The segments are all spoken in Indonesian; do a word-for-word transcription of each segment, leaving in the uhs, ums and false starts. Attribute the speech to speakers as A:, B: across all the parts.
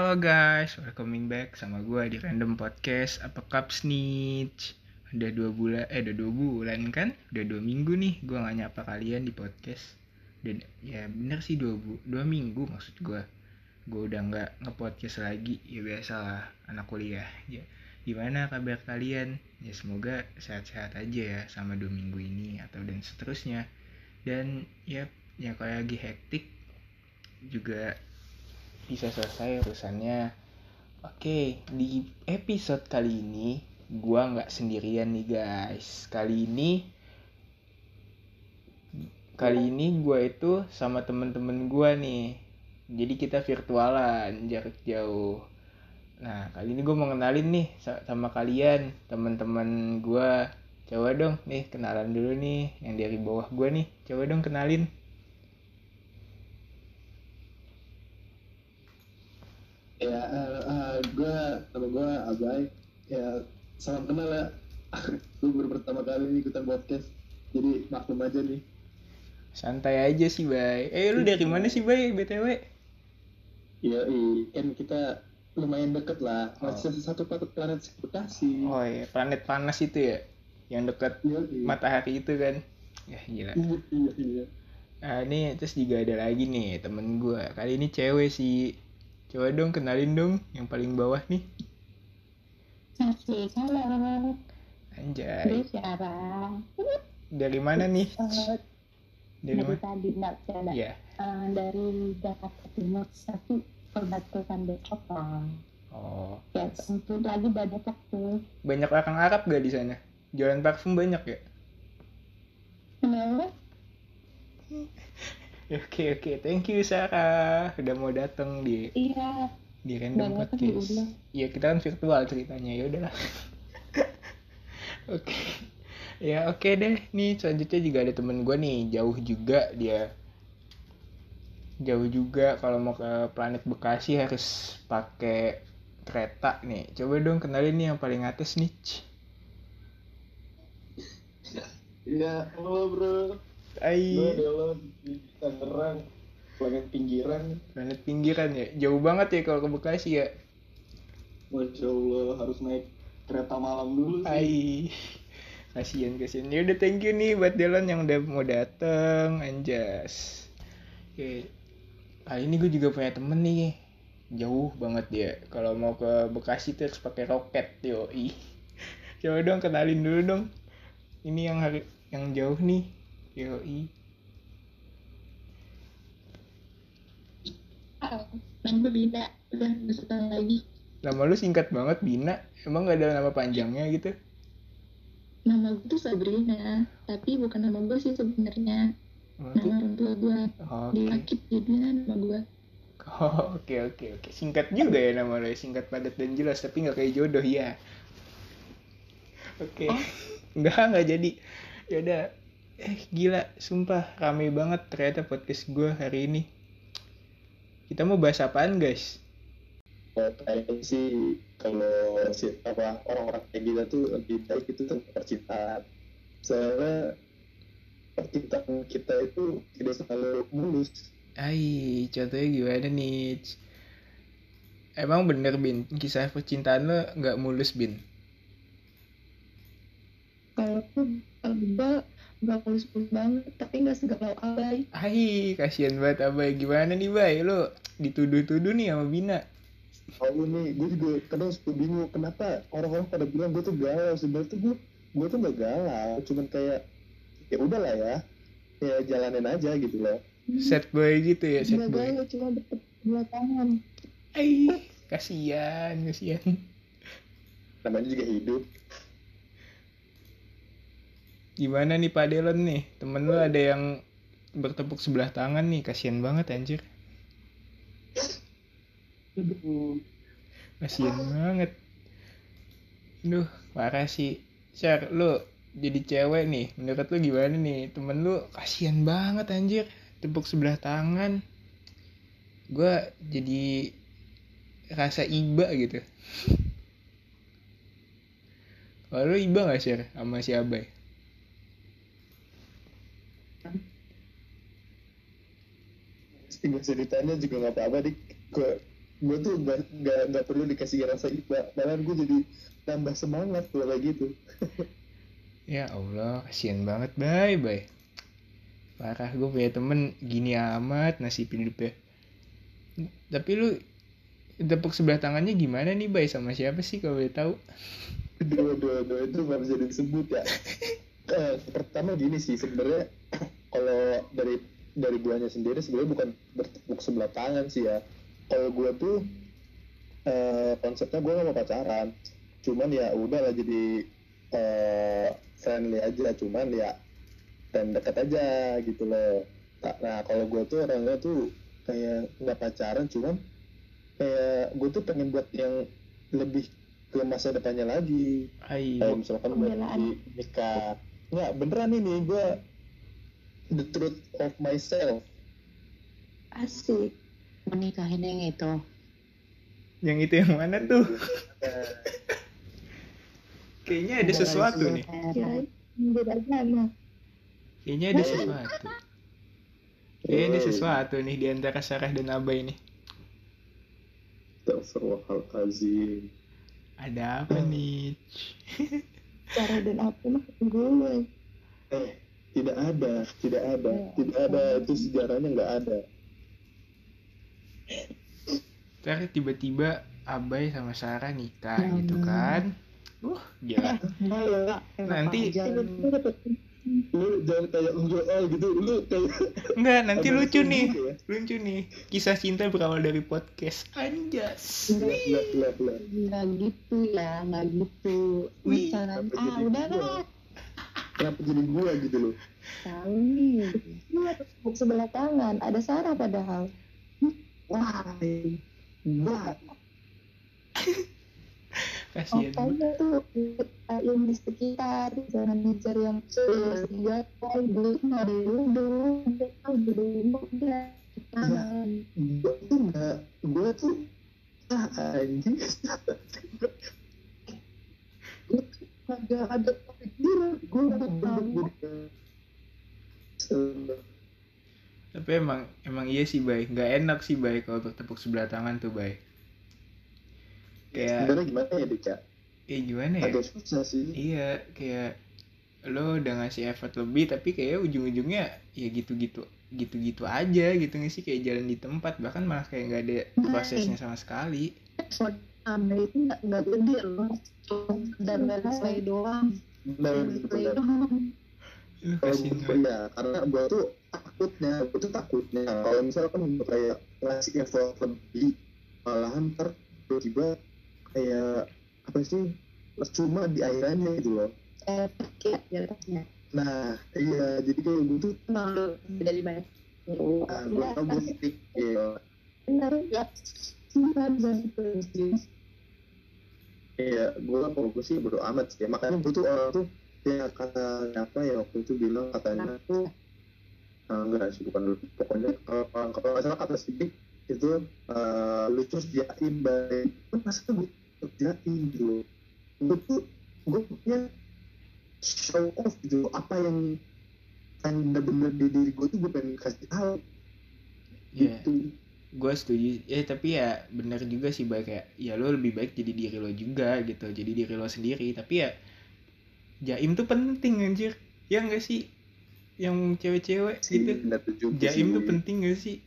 A: Halo guys, welcoming back sama gue di Random Podcast. Apa kabar Snitch? Udah dua bulan, eh udah dua bulan kan? Udah dua minggu nih, gue gak nyapa kalian di podcast. Dan ya bener sih dua, bu, dua minggu maksud gue. Gue udah gak nge-podcast lagi, ya biasalah anak kuliah. Ya, gimana kabar kalian? Ya semoga sehat-sehat aja ya sama dua minggu ini atau dan seterusnya. Dan ya, ya kalau lagi hektik juga bisa selesai urusannya. Oke, di episode kali ini gua nggak sendirian nih guys. Kali ini kali ini gua itu sama temen-temen gua nih. Jadi kita virtualan jarak jauh. Nah, kali ini gua mau kenalin nih sama kalian temen-temen gua. Coba dong nih kenalan dulu nih yang dari bawah gua nih. Coba dong kenalin.
B: Ya, uh, uh, gue, nama gue Abai. Ya, salam kenal ya. Gue baru pertama kali nih ikutan podcast, jadi maklum aja nih.
A: Santai aja sih, Bay. Eh, lu dari mana sih, Bay, B T W?
B: Iya, kan kita lumayan deket lah. Masih oh. Satu planet Bekasi.
A: Oh iya, planet panas itu ya? Yang dekat iya, iya. matahari itu kan? Ya, gila.
B: Iya, iya, iya.
A: Nah, ini terus juga ada lagi nih temen gue. Kali ini cewek sih. Coba dong kenalin dong yang paling bawah nih.
C: Asik, halo.
A: Anjay.
C: Dari siapa?
A: Dari mana nih?
C: Uh,
A: dari
C: dari
A: mana?
C: tadi nak ada.
A: Yeah.
C: Uh, dari Jakarta Timur satu Perbatasan Depok.
A: Oh.
C: Ya, untuk lagi banyak waktu.
A: Banyak orang Arab gak di sana? Jualan parfum banyak ya?
C: Kenapa?
A: Oke oke, thank you Sarah udah mau datang di
C: iya.
A: di Random Podcast. Iya kita kan virtual ceritanya ya udahlah. Oke, ya oke deh. Nih selanjutnya juga ada temen gue nih jauh juga dia. Jauh juga kalau mau ke planet Bekasi harus pakai kereta nih. Coba dong kenalin nih yang paling atas nih.
B: Iya, halo bro.
A: Hai.
B: Gue adalah di Tangerang, planet pinggiran.
A: Planet pinggiran ya, jauh banget ya kalau ke Bekasi ya.
B: Masya Allah, harus naik kereta malam dulu sih.
A: Hai, kasian kasian. Ya udah thank you nih buat Delon yang udah mau dateng, anjas. Oke, kali ini gue juga punya temen nih, jauh banget dia. Kalau mau ke Bekasi tuh harus pakai roket, yo. Ih, coba dong kenalin dulu dong. Ini yang hari yang jauh nih. Yoi.
C: Oh, nama gue Bina, udah setahun lagi.
A: Nama lu singkat banget Bina, emang gak ada nama panjangnya gitu?
C: Nama gue tuh Sabrina, tapi bukan nama gue sih sebenarnya. Oh, nama orang tua gue. Oh, okay. Dilakit jadinya nama gue.
A: Oh oke okay, oke okay, oke, okay. Singkat juga ya nama lu, singkat padat dan jelas, tapi nggak kayak jodoh ya. Oke, okay. Oh? Nggak nggak jadi. Yaudah. Eh gila, sumpah rame banget ternyata podcast gue hari ini. Kita mau bahas apaan guys?
B: Oh, kayaknya sih kalau si apa orang-orang kayak kita tuh lebih baik itu tentang percintaan. Soalnya percintaan kita itu tidak selalu mulus.
A: Ai, contohnya gimana nih? Emang bener Bin, kisah percintaan lo nggak mulus Bin?
C: Kalau aku enggak Gak mulus-mulus banget, tapi gak segalau Abai.
A: Hai, kasihan banget Abai. Gimana nih Bay, lo dituduh-tuduh nih sama Bina.
B: Oh nih, gue juga kadang suka bingung kenapa orang-orang pada bilang gue tuh galau. Sebenarnya tuh gue, gue tuh gak galau, cuman kayak ya udahlah ya, ya jalanin aja gitu loh.
A: Sad boy gitu ya, sad
C: gak
A: boy.
C: Gak galau, cuma deket dua tangan.
A: Hai, kasihan, kasihan.
B: Namanya juga hidup.
A: Gimana nih Pak Delon nih? Temen lu ada yang bertepuk sebelah tangan nih, kasian banget anjir. Kasian banget. Duh, parah sih. Syar, lu jadi cewek nih, menurut lu gimana nih? Temen lu kasian banget anjir, tepuk sebelah tangan. Gua jadi rasa iba gitu. Kalau lu iba gak Syar sama si Abai?
B: Tinggal ceritanya juga nggak apa-apa dik. Gue gue tuh gak, gak, gak perlu dikasih rasa iba, malah gue jadi tambah semangat kalau kayak gitu.
A: Ya Allah, kasihan banget, Bay, Bay. Parah, gue punya temen gini amat nasib hidupnya. Tapi lu tepuk sebelah tangannya gimana nih, Bay? Sama siapa sih kalau boleh tahu?
B: Aduh, aduh, aduh, itu gak bisa disebut ya. Eh, pertama gini sih, sebenarnya kalau dari dari guanya sendiri sebenarnya bukan bertepuk sebelah tangan sih ya. Kalau gue tuh eh, konsepnya gue gak mau pacaran, cuman ya udahlah jadi eh, friendly aja, cuman ya dan dekat aja gitu loh. Nah kalau gue tuh orangnya tuh kayak nggak pacaran, cuman kayak gue tuh pengen buat yang lebih ke masa depannya lagi.
A: Ayo.
B: Kayak misalkan gue nanti nikah, nggak beneran ini gue the truth of myself.
C: Asik.
D: Menikahin yang itu.
A: Yang itu yang mana tuh? Kayaknya ada sesuatu nih.
C: Kirain beda agama.
A: Kayaknya ada sesuatu. Kayaknya ada sesuatu nih di antara Sarah dan Abai nih.
B: Astagfirullahaladzim.
A: Ada apa nih?
C: Sarah dan aku mah gue.
B: Eh, tidak ada, tidak ada, tidak ada, itu sejarahnya nggak ada.
A: Ntar tiba-tiba Abai sama Sarah nikah gitu kan. Uh, gila. Nanti
B: Lu jangan kayak enggak gitu, lu kayak
A: enggak, nanti
B: Abai
A: lucu
B: gitu
A: nih.
B: ya?
A: Lucu nih. Kisah cinta berawal dari podcast. Anjas.
B: lah lah lah.
D: Nggak gitu ya, nggak gitu.
A: Wih,
D: Pacaran,
B: kenapa
D: ah
B: jadi
D: udah
B: gua?
D: lah.
B: Kenapa jadi gua gitu loh?
D: Tahu nih.
C: Lu tepuk sebelah tangan. Ada Sarah padahal.
B: Wah, wah.
A: Kasihan.
C: Makanya tuh yang di sekitar, jangan ngejar yang dia kok dulu nggak dulu tahu dulu udah
B: Gua tuh nggak, gua tuh ah anjing. Gua tuh nggak ada pikiran, gua nggak tahu.
A: Tapi emang emang iya sih, Bay. Nggak enak sih, Bay, kalau tepuk sebelah tangan tuh, Bay. Kayak
B: Sebenarnya gimana ya, Dika?
A: eh gimana ya?
B: Agak susah sih.
A: Iya, kayak lo udah ngasih effort lebih tapi kayak ujung-ujungnya ya gitu-gitu gitu-gitu aja gitu nggak sih, kayak jalan di tempat, bahkan malah kayak nggak ada prosesnya sama sekali.
D: Anda itu nggak nggak gede loh, dan selesai doang.
B: Benar, benar.
A: Lu
B: Kalau
A: kasihin
B: gue
A: banget.
B: ya, karena gue tuh takutnya, gue tuh takutnya kalau misalkan gue kayak ngasih effort lebih, malahan ntar tiba-tiba kayak apa sih, cuma di akhirannya gitu loh.
D: Eh, kayak jatuhnya.
B: Nah, iya, jadi kayak gue tuh,
D: Emang lu beda di mana?
B: nah, gue tau gue titik, iya,
C: benar ya Sarah dan
B: iya, gue kalau gue sih bodo amat sih, makanya gue tuh orang tuh kayak kata apa ya waktu itu bilang katanya tuh, nah, enggak sih, bukan dulu, pokoknya kalau kalau nggak salah kata Sidik itu uh, lu terus jaim baik, kan masa gue jaim gitu, gue tuh gue punya show off gitu, apa yang yang benar-benar di diri gue tuh gue pengen kasih tahu.
A: Iya,
B: Gitu.
A: gue setuju. Eh tapi ya benar juga sih, baik kayak ya lo lebih baik jadi diri lo juga gitu, jadi diri lo sendiri. Tapi ya jaim tuh penting anjir, ya nggak sih, yang cewek-cewek
B: Sih,
A: gitu.
B: benar juga
A: Jaim
B: sih.
A: tuh penting nggak sih?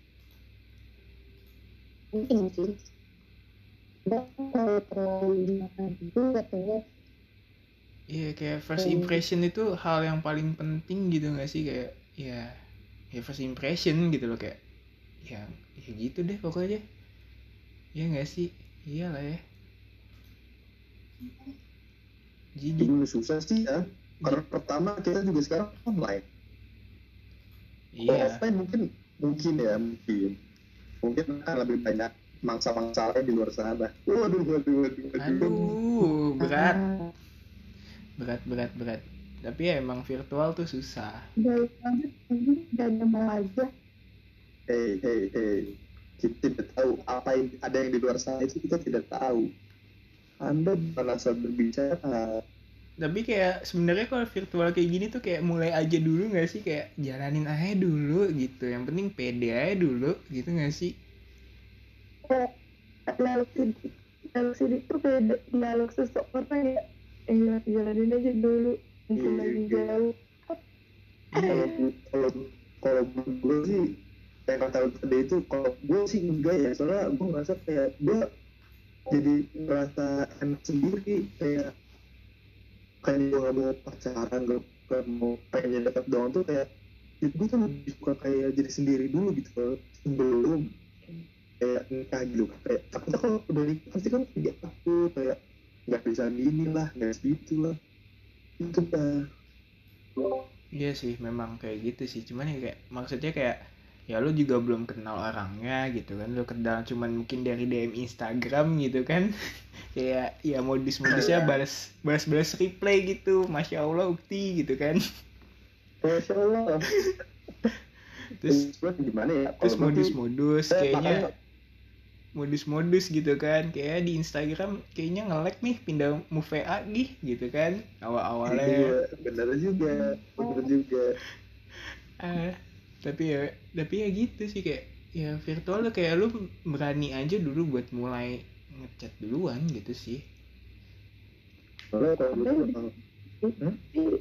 D: Penting sih. Dan kalau terlalu dimakan itu katanya
A: Iya, kayak first impression itu hal yang paling penting gitu nggak sih, kayak ya ya first impression gitu loh, kayak ya ya gitu deh pokoknya. Ya nggak sih, iyalah ya. Jadi
B: Dulu susah sih ya, karena pertama kita juga sekarang online. Kalau
A: iya,
B: offline mungkin mungkin ya mungkin mungkin akan lebih banyak mangsa-mangsa lain di luar sana. Waduh, waduh, waduh, waduh.
A: aduh berat berat berat berat. Tapi ya emang virtual tuh susah.
C: baik banget ini dan mau aja
B: Hei, hei, hei. Kita tidak tahu apa yang ada yang di luar sana, itu kita tidak tahu. Anda bukan asal berbicara.
A: Tapi kayak sebenarnya kalau virtual kayak gini tuh kayak mulai aja dulu nggak sih, kayak jalanin aja dulu gitu. Yang penting pede aja dulu gitu nggak sih?
D: dialog sidik dialog sidik tuh kayak dialog seseorang ya eh jalanin aja dulu mumpung lagi jauh.
B: Kalau kalau kalau gue sih kayak kata lu tadi itu, kalau gue sih enggak ya, soalnya gue ngerasa kayak gue jadi ngerasa enak sendiri, kayak kayak gue nggak mau pacaran, gak mau pengen dekat doang tuh kayak itu gue tuh lebih suka kayak jadi sendiri dulu gitu loh, sebelum kayak nikah gitu. Kayak takutnya kalau udah nikah pasti kan kayak aku kayak nggak bisa gini lah, nggak bisa gitu lah, itu dah.
A: Iya sih, memang kayak gitu sih. Cuman ya kayak maksudnya kayak ya lu juga belum kenal orangnya gitu kan. Lu kenal cuman mungkin dari D M Instagram gitu kan. Kayak ya modus-modusnya balas balas-balas replay gitu. Masya Allah Ukti gitu kan.
B: Masya Allah.
A: Terus
B: Terus gimana ya?
A: terus
B: Kalau gue sih,
A: modus-modus
B: eh,
A: kayaknya
B: makanya-
A: modus-modus gitu kan. Kayak di Instagram kayaknya nge-lag nih pindah move V A nih gitu kan. Awal-awalnya
B: Iya, bener juga, bener juga.
A: Ah, tapi ya tapi ya gitu sih, kayak ya virtual tuh kayak lu berani aja dulu buat mulai ngechat duluan gitu sih.
B: Soalnya kalau gue tuh memang hmm?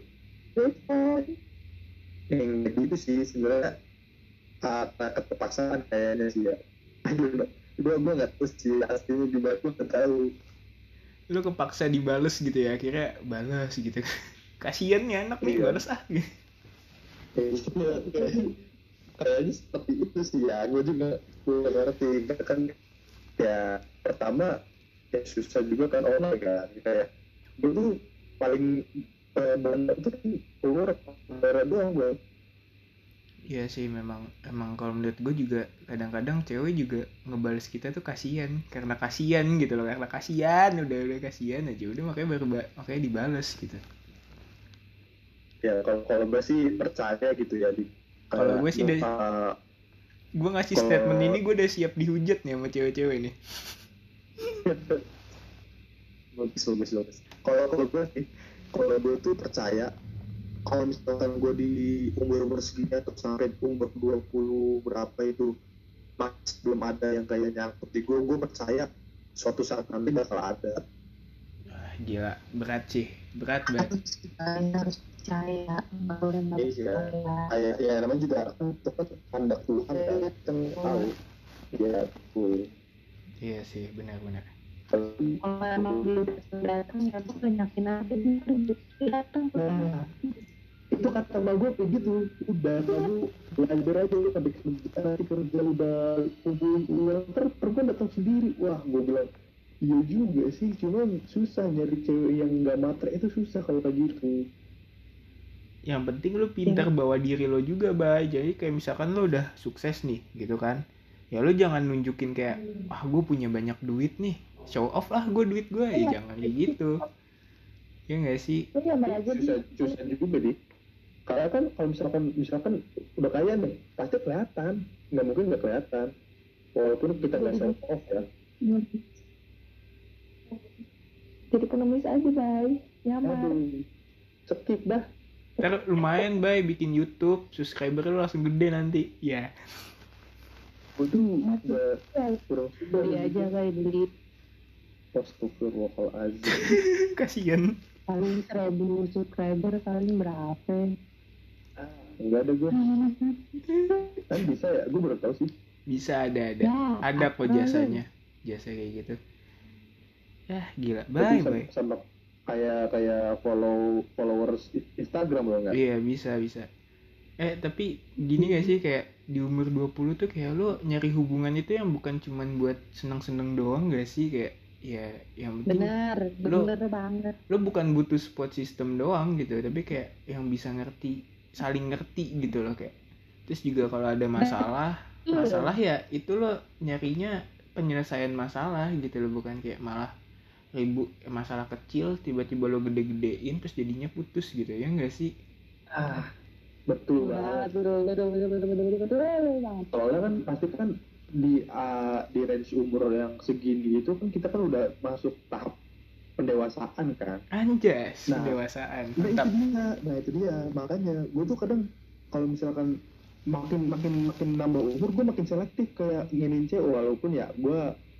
B: yang gitu sih sebenarnya kata keterpaksaan kayaknya sih ya. Aduh, gue gue nggak tahu sih aslinya di gue nggak tahu.
A: Lu kepaksa dibales gitu ya, akhirnya balas gitu. Kasian nih anak nih,
B: Iya.
A: balas ah gitu.
B: Kayaknya kayaknya kayaknya seperti itu sih ya. Gue juga gue nggak ngerti kan, ya pertama ya susah juga kan online kan, kayak gue tuh paling eh, banyak itu kan keluar kamera doang gue.
A: Iya sih, memang emang kalau menurut gue juga kadang-kadang cewek juga ngebales kita tuh kasian, karena kasian gitu loh, karena kasian udah udah kasian aja udah makanya baru ba- makanya dibales gitu.
B: Ya kalau kalau gue sih percaya gitu ya di
A: Kalau
B: kayak
A: gue sih dari-
B: muka-
A: Gue ngasih
B: Kalau-
A: statement ini gue udah siap dihujat nih sama cewek-cewek nih.
B: bagus bagus bagus. Kalau kalau gue sih, kalau gue tuh percaya kalau misalkan gue di umur umur segini atau sampai umur dua puluh berapa itu masih belum ada yang kayak nyangkut di gue, gue percaya suatu saat nanti bakal ada.
A: Wah, gila, berat sih, berat banget.
D: harus percaya harus percaya nggak boleh nggak
B: Iya.
D: percaya.
B: Kayak ya namanya juga itu kan kehendak Tuhan kan, kan tahu. Ya betul.
A: Iya sih, benar-benar.
B: Kalau
D: Kalau emang dia udah datang ya tuh banyakin aja dia datang.
B: Nah, itu kata mbak gue kayak gitu, udah kamu belajar aja lu sampai kita nanti kerja udah kumpulin uang ntar perempuan datang sendiri. Wah gue bilang iya juga sih, cuman susah nyari cewek yang nggak matre itu susah kalau kayak gitu.
A: Yang penting lu pintar bawa diri lo juga, Bay. Jadi kayak misalkan lo udah sukses nih, gitu kan. Ya lo jangan nunjukin kayak, ah gue punya banyak duit nih, show off lah gue duit gue. Ya jangan kayak gitu. Ya nggak sih?
D: Lu nyaman aja
B: Susah
D: di
B: susah juga deh. Karena kan kalau misalkan misalkan udah kaya nih pasti kelihatan, nggak mungkin nggak kelihatan. Walaupun kita nggak show off ya.
D: jadi penulis aja Bay nyaman.
B: Aduh, skip dah.
A: Ntar lumayan, Bay, bikin YouTube, subscriber lo langsung gede nanti. Ya.
B: Waduh, udah
D: Ya,
B: kurang
D: beli aja kayak beli
B: Astagfirullahaladzim.
A: Kasian.
D: paling seribu subscriber paling berapa?
B: Enggak ada gue. Kan bisa ya, gue baru tahu sih.
A: Bisa, ada, ada.
D: Ya,
A: Ada kok
D: apa?
A: jasanya. Jasa kayak gitu. Ya, gila.
B: Tapi
A: Bay,
B: sama,
A: Bay.
B: sama kayak kayak follow followers Instagram lo nggak?
A: Iya, bisa, bisa. Eh, tapi gini gak sih, kayak di umur dua puluh tuh kayak lo nyari hubungan itu yang bukan cuman buat seneng-seneng doang gak sih? Kayak, ya yang penting
D: Benar,
A: Lu-
D: benar banget.
A: lo bukan butuh support system doang gitu, tapi kayak yang bisa ngerti, saling ngerti gitu loh kayak. Terus juga kalau ada masalah, masalah ya itu lo nyarinya penyelesaian masalah gitu loh, bukan kayak malah ribut masalah kecil tiba-tiba lo gede-gedein terus jadinya putus gitu, ya enggak sih?
B: Ah, betul
D: Benar,
B: banget.
D: betul, betul, betul, betul, betul, betul, betul, betul banget.
B: Soalnya kan pasti kan di uh, di range umur yang segini itu kan kita kan udah masuk tahap pendewasaan kan.
A: Anjas,
B: Nah,
A: kedewasaan.
B: Nah itu
A: Mantap.
B: dia, nah itu dia. Makanya gue tuh kadang kalau misalkan makin makin makin nambah umur gue makin selektif kayak inginin cewek, walaupun ya gue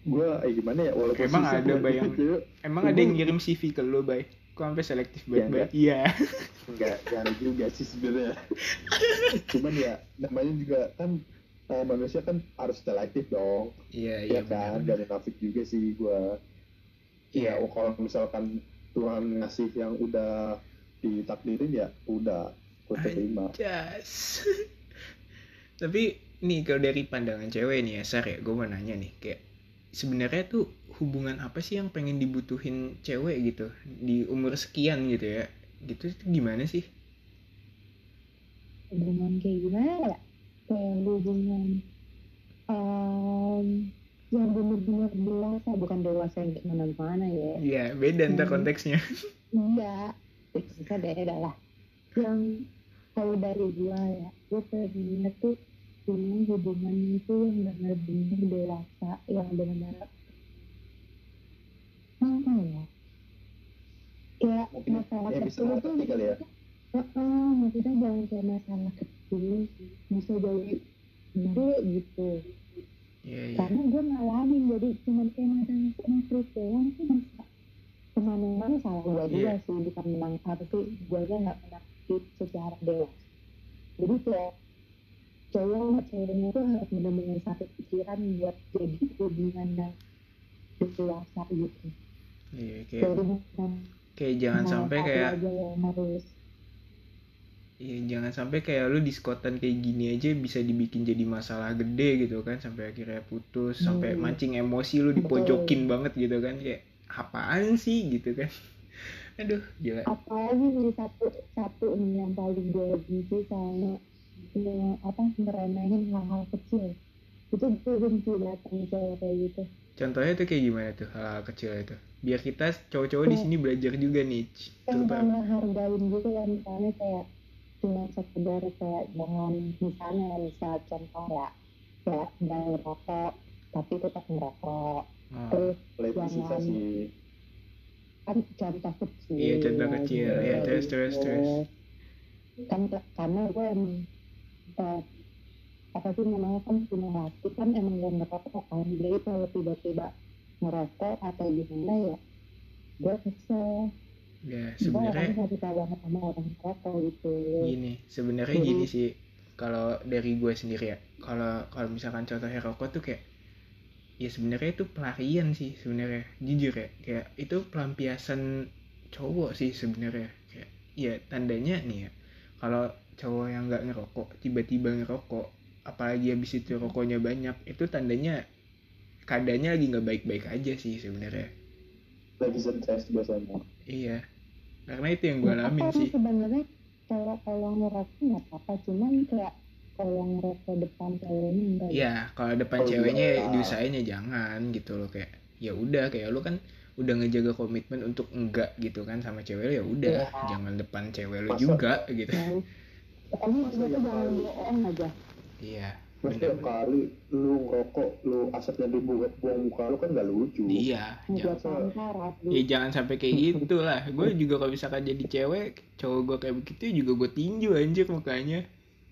B: gue eh gimana ya, walaupun
A: Emang
B: susah
A: ada
B: buat
A: bay yang
B: dapet cewek,
A: emang ada yang ngirim C V ke lu bay? Kok sampai selektif banget
B: Ya,
A: bay?
B: enggak.
A: Iya.
B: enggak jangan juga sih sebenarnya. Cuman ya namanya juga kan eh, manusia kan harus selektif dong.
A: Iya
B: Iya
A: iya
B: kan,
A: benar.
B: dan nafik juga sih gue. Ya
A: Iya.
B: kalau misalkan Tuhan ngasih yang udah ditakdirin ya udah gue terima.
A: Anjas. Tapi nih kalau dari pandangan cewek nih ya Sar ya, gue mau nanya nih kayak sebenarnya tuh hubungan apa sih yang pengen dibutuhin cewek gitu di umur sekian gitu ya? Gitu itu gimana sih?
D: Hubungan kayak gimana ya? Kayak hubungan um, yang benar-benar dewasa, bukan dewasa yang gimana-gimana ya.
A: Iya, beda ntar
D: Hmm.
A: konteksnya.
D: Iya, kita beda lah. Yang kalau dari gua ya, gua pengennya tuh punya hubungan itu yang benar-benar dewasa, yang benar-benar apa ya? Kayak
B: Mungkin
D: masalah
B: ya bisa
D: kecil tuh,
B: mengerti kali ya.
D: Heeh, maksudnya jangan kayak masalah kecil bisa jadi gede gitu.
A: Iya, iya.
D: Karena gue ngalamin jadi cuma kayak masalah terus doang sih bisa kemana-mana. Salah gue juga
A: Iya.
D: sih, bukan memang apa sih, gue aja nggak pernah fit secara dewasa. Jadi kayak cowok sama ceweknya tuh harus benar-benar satu pikiran buat jadi hubungan yang dewasa gitu.
A: Iya, kayak
D: Jadi bukan
A: kayak jangan
D: hal
A: sampai
D: satu
A: kayak
D: aja yang harus.
A: iya, jangan sampai kayak lu diskotan kayak gini aja bisa dibikin jadi masalah gede gitu kan, sampai akhirnya putus,
D: Hmm.
A: sampai mancing emosi lu dipojokin banget gitu kan, kayak apaan sih gitu kan. Aduh, gila.
D: Apalagi nih satu satu nih yang paling gue benci sama ya, apa ngeremehin hal-hal kecil. Itu gue benci datang cewek kayak gitu.
A: Contohnya tuh kayak gimana tuh hal-hal kecil itu? Biar kita cowok-cowok di sini belajar juga nih.
D: Yang
A: Terutama
D: sama hargain gitu ya, misalnya kayak cuma sekedar kayak jangan misalnya misal contoh ya kayak jangan ngerokok tapi tetap ngerokok.
A: oh,
D: Terus
B: Mulai susah
D: jangan
B: sih.
D: kan contoh kecil.
A: Iya, contoh kecil.
D: gitu.
A: Iya, terus, terus, terus.
D: Kan karena gue emang eh, apa sih namanya kan punya hati kan emang gak ngerokok kan, jadi kalau tiba-tiba ngerokok atau gimana ya gue kesel.
A: ya
D: Gue
A: sebenarnya
D: orangnya gak suka banget sama orang ngerokok gitu.
A: gini, sebenarnya
D: Jadi-
A: gini sih. Kalau dari gue sendiri ya, kalau kalau misalkan contohnya rokok tuh kayak ya sebenarnya itu pelarian sih sebenarnya, jujur ya, kayak itu pelampiasan cowok sih sebenarnya. Kayak ya tandanya nih ya, kalau cowok yang nggak ngerokok tiba-tiba ngerokok, apalagi habis itu rokoknya banyak, itu tandanya keadaannya lagi nggak baik-baik aja sih sebenarnya.
B: Lagi stres biasanya.
A: Iya, karena itu yang gue
D: Nggak
A: alamin
D: apa-apa
A: sih.
D: sebenarnya kalau kalau ngerokok nggak apa-apa, cuman kayak kalau ngerokok depan ceweknya enggak.
A: Iya, kalau depan
B: Oh,
A: ceweknya
B: iya.
A: diusahain ya jangan gitu loh, kayak ya udah, kayak lu kan udah ngejaga komitmen untuk enggak gitu kan sama cewek lu, ya udah
D: Iya.
A: jangan depan cewek lu
B: Masa-
A: juga gitu.
D: Nah, pokoknya
B: Masa
D: juga
B: ya,
D: tuh jangan
B: Pak?
D: bohong aja.
A: Iya,
B: Mas tiap
A: benar.
B: kali lu ngerokok, lu asapnya dibuang buang muka lu kan gak lucu.
A: Iya,
D: Buat
A: jangan.
D: lancar asli.
A: Ya jangan sampai kayak gitu lah. Gue juga kalau misalkan jadi cewek, cowok gue kayak begitu juga gue tinju anjir mukanya.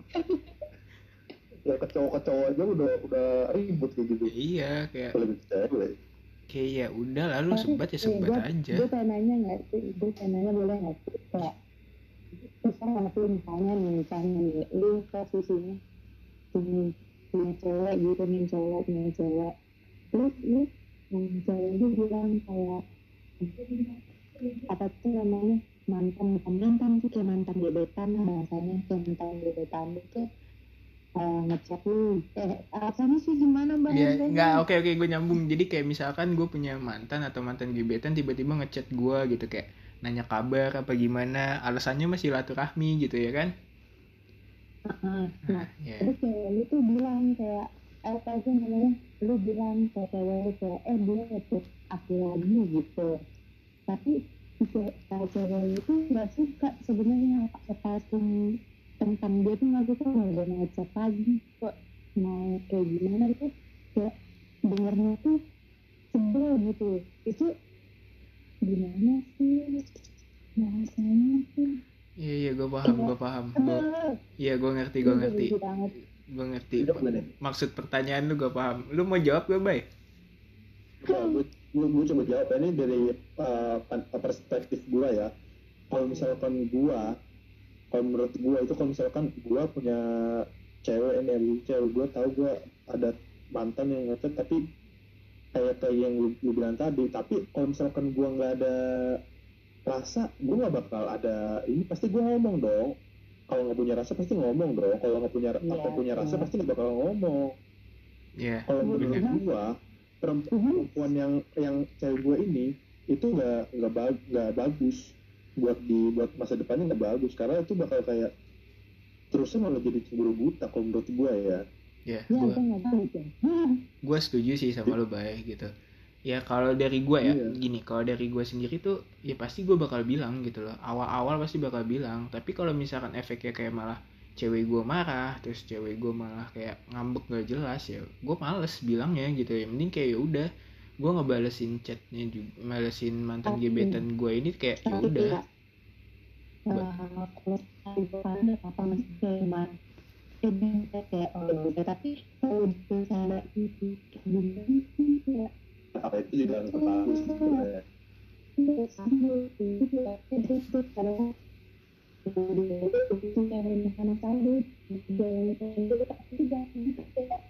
B: Ya kecowok-kecowok aja udah udah ribut kayak gitu.
A: Iya, kayak
B: Lebih cewek.
A: kayak ya udah lalu
D: Tapi,
A: sebat ya
D: eh,
A: sebat
D: gua-
A: aja.
D: Gue pengen nanya nggak sih, gue pengen nanya boleh nggak sih, kayak bisa nggak sih misalnya nih, misalnya nih, lu posisinya punya punya cewek gitu nih, cewek punya cewek, terus lu yang cewek itu bilang kayak apa tuh namanya mantan bukan mantan sih, kayak mantan gebetan lah bahasanya, kayak mantan gebetan itu eh, ngechat lu, eh apa sih gimana
A: Ya,
D: bahasanya?
A: nggak, oke oke gue nyambung. Jadi kayak misalkan gue punya mantan atau mantan gebetan tiba-tiba ngechat gue gitu, kayak nanya kabar apa gimana, alasannya masih silaturahmi gitu ya kan?
D: Heeh. Nah,
A: Ya,
D: terus cewek lu tuh bilang kayak eh, apa sih namanya, lu bilang ke cewek lu kayak eh dia ngechat aku lagi gitu, tapi si ce- si cewek lu tuh nggak suka sebenarnya, apapun tentang dia tuh nggak suka, nggak ada ngechat lagi kok, mau kayak gimana itu kayak dengarnya tuh sebel gitu. Itu gimana sih bahasanya sih?
A: iya iya gue paham, gue paham. Gue,
D: Sebel.
A: iya gue ngerti, gue
D: Itu
A: ngerti,
D: benci banget.
A: gue ngerti.
B: Hidup nggak deh?
A: Maksud pertanyaan lu gue paham. Lu mau jawab gue, Bay?
B: gue gue coba jawab ini dari uh, perspektif gue ya. Kalau misalkan gue, kalau menurut gue itu kalau misalkan gue punya cewek ini, cewek gue tahu gue ada mantan yang ngechat tapi kayak kayak yang lu, lu bilang tadi, tapi kalau misalkan gue nggak ada rasa, gue nggak bakal ada ini, pasti gue ngomong dong. Kalau nggak punya rasa pasti ngomong dong. Kalau nggak punya yeah, atau punya rasa yeah. pasti nggak bakal ngomong.
A: Yeah,
B: kalau menurut gue perempuan yang yang cewek gue ini itu nggak nggak ba- nggak bagus buat di buat masa depannya, nggak bagus karena itu bakal kayak terusnya malah jadi cemburu buta kalau menurut gue ya.
A: Ya, gue gue setuju sih sama lo baik gitu. Ya kalau dari gue ya, iya. gini, kalau dari gue sendiri tuh ya pasti gue bakal bilang gitu loh. Awal-awal pasti bakal bilang. Tapi kalau misalkan efeknya kayak malah cewek gue marah, terus cewek gue malah kayak ngambek gak jelas, ya gue males bilangnya gitu. Yang penting kayak ya udah, gue ngebalesin chatnya juga, ngebalesin mantan okay. gebetan gue ini kayak ya udah.
D: Kalau ada apa masih kayak ini kayak oh udah, tapi kalau misalnya itu gimana
B: apa itu juga nggak bagus gitu ya.
D: Sama itu itu kalau itu yang anak tahu jangan itu tidak kayak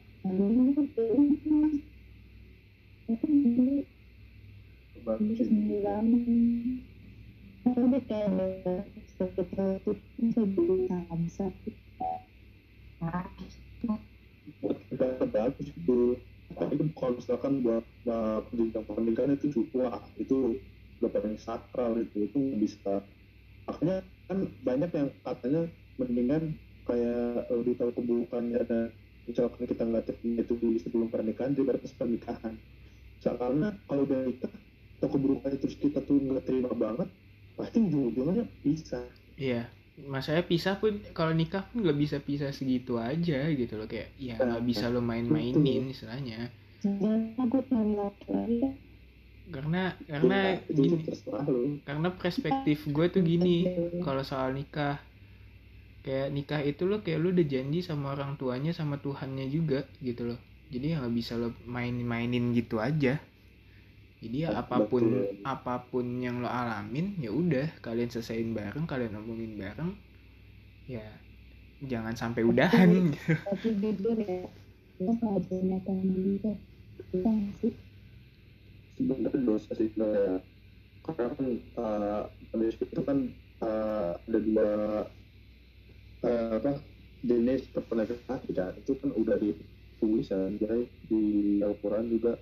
D: itu ini bagus bilang ada kayak seperti itu bisa berusaha sakit
B: buat bagus itu. Tapi kalau misalkan buat uh, pendidikan pernikahan itu cukup, wah itu udah paling sakral itu, itu bisa. Makanya kan banyak yang katanya mendingan kayak lebih tahu keburukannya dan misalkan kita nggak terima itu dulu sebelum pernikahan daripada pas pernikahan. Karena kalau udah nikah atau keburukannya terus kita tuh nggak terima banget, pasti ujung-ujungnya pisah.
A: Iya. Masalahnya pisah pun kalau nikah pun nggak bisa pisah segitu aja gitu loh, kayak ya nggak bisa lo main-mainin istilahnya. Karena karena gini, karena perspektif gue tuh gini, kalau soal nikah, kayak nikah itu lo kayak lo udah janji sama orang tuanya sama Tuhannya juga gitu loh. Jadi ya nggak bisa lo main-mainin gitu aja. Jadi ya apapun apapun yang lo alamin ya udah kalian selesaiin bareng, kalian ngomongin bareng, ya jangan sampai udahan gitu.
D: Tapi jujur ya, lo kalau punya teman itu kita sih
B: sebenarnya dosa sih ya. Karena kan uh, itu kan uh, ada dua uh, apa jenis pernikahan tidak, itu kan udah ditulis jadi di Al-Quran juga.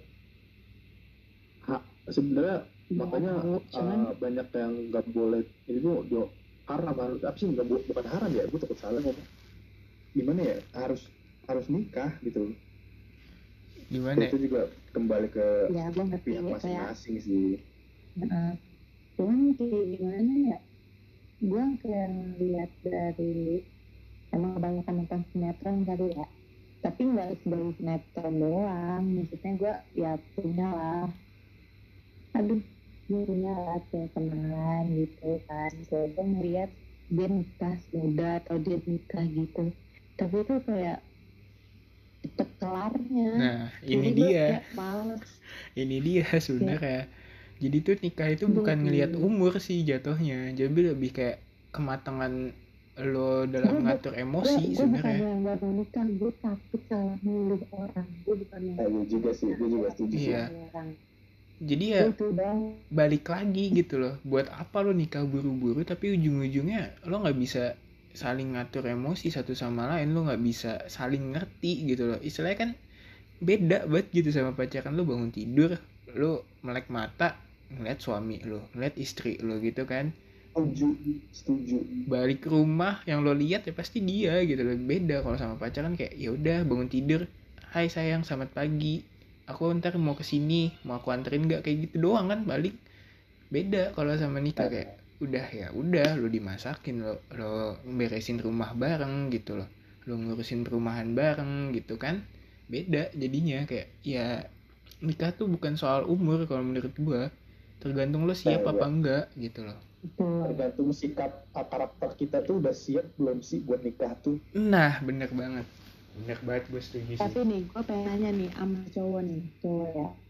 B: Sebenarnya ya, makanya uh, banyak yang nggak boleh ini tuh do haram, apa sih nggak bukan haram ya, gue takut salah ngomong gimana ya, harus harus nikah gitu.
A: Gimana
B: itu juga kembali ke
D: ya,
B: pihak ya, masing-masing kayak, sih
D: uh, cuman kayak gimana ya, gue kayak lihat dari emang kebanyakan nonton sinetron kali ya, tapi nggak sebagai sinetron doang, maksudnya gue ya punya lah aduh punya lah kayak kenalan gitu kan, kayak gue ngeliat dia nikah muda atau dia nikah gitu, tapi itu kayak cepet kelarnya.
A: Nah ini jadi dia ini dia sebenarnya ya. Jadi tuh nikah itu bukan ngelihat umur sih jatuhnya, jadi lebih kayak kematangan lo dalam ngatur emosi sebenarnya.
D: Gue bukan yang nikah, gue takut salah milih orang, gue bukan yang
B: eh, gue juga sih, gue juga setuju
A: iya. Jadi ya balik lagi gitu loh, buat apa lo nikah buru-buru tapi ujung-ujungnya lo nggak bisa saling ngatur emosi satu sama lain, lo nggak bisa saling ngerti gitu loh. Istilahnya kan beda banget gitu sama pacaran. Lo bangun tidur, lo melek mata ngeliat suami lo, ngeliat istri lo gitu kan.
B: Setuju, setuju.
A: Balik ke rumah yang lo lihat ya pasti dia gitu loh. Beda kalau sama pacaran kayak ya udah bangun tidur, hai sayang selamat pagi, aku ntar mau kesini, mau aku anterin nggak, kayak gitu doang kan balik. Beda kalau sama nikah kayak udah ya udah lo dimasakin, lo lo beresin rumah bareng gitu loh, lo ngurusin perumahan bareng gitu kan. Beda jadinya kayak ya nikah tuh bukan soal umur kalau menurut gua, tergantung lo siap apa enggak gitu loh.
B: Tergantung sikap karakter kita tuh udah siap belum sih buat nikah tuh.
A: Nah bener banget. Bener banget, gue setuju sih.
D: Tapi nih, gue pengen nanya nih sama cowok nih, cowok ya.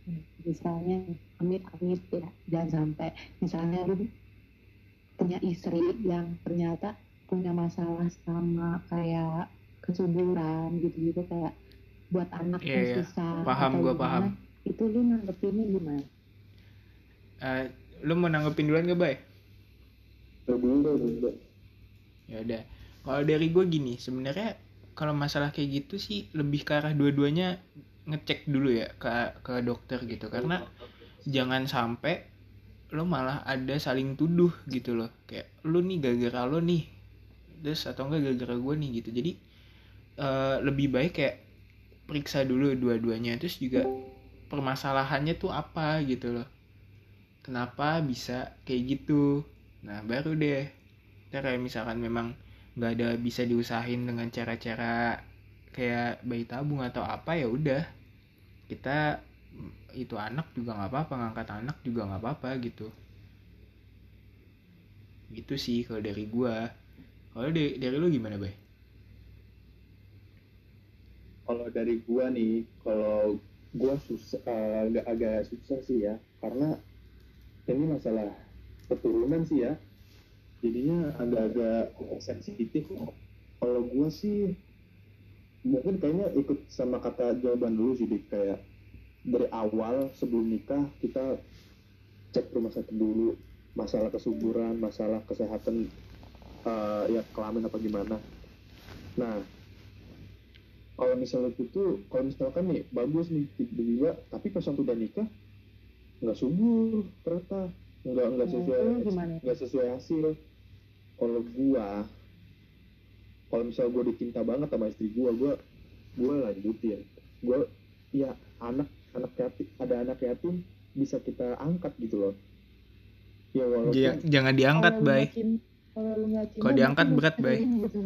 D: misalnya amit-amit ya, jangan sampai misalnya lu punya istri yang ternyata punya masalah sama kayak kesuburan gitu-gitu, kayak buat anaknya
A: Iya, iya.
D: susah
A: Paham,
D: atau
A: gue
D: gimana,
A: paham.
D: itu lu nanggepinnya gimana?
A: Uh, lu mau nanggepin duluan gak, Bay?
B: Dulu, dulu.
A: Ya udah. Kalau dari gue gini, sebenarnya kalau masalah kayak gitu sih lebih ke arah dua-duanya ngecek dulu ya ke ke dokter gitu, karena jangan sampai lo malah ada saling tuduh gitu loh, kayak lo nih gara-gara lo nih, terus atau enggak gara-gara gue nih gitu. Jadi uh, lebih baik kayak periksa dulu dua-duanya, terus juga permasalahannya tuh apa gitu loh, kenapa bisa kayak gitu. Nah baru deh kita kayak misalkan memang nggak ada bisa diusahain dengan cara-cara kayak bayi tabung atau apa, ya udah kita itu anak juga nggak apa-apa, ngangkat anak juga nggak apa-apa gitu. Gitu sih kalau dari gua. Kalau dari, dari lu gimana, Bay?
B: Kalau dari gua nih, kalau gua susah, uh, agak agak susah sih ya, karena ini masalah keturunan sih ya, jadinya agak-agak sensitif. Kalau gua sih mungkin kayaknya ikut sama kata jawaban dulu sih, Dik. Kayak dari awal sebelum nikah kita cek rumah sakit dulu, masalah kesuburan, masalah kesehatan, uh, ya kelamin apa gimana. Nah kalau misalnya itu, kalau misalkan nih bagus nih tiba-tiba, tapi pas udah nikah nggak subur ternyata, nggak nggak sesuai nggak sesuai hasil. Kalau gua, kalau misalnya gua dicinta banget sama istri gua, gua gua lanjutin. Gua ya anak anak yatim, ada anak yatim bisa kita angkat gitu loh. Ya walaupun
A: J- jangan diangkat, Bay. Kalau diangkat berat, Bay.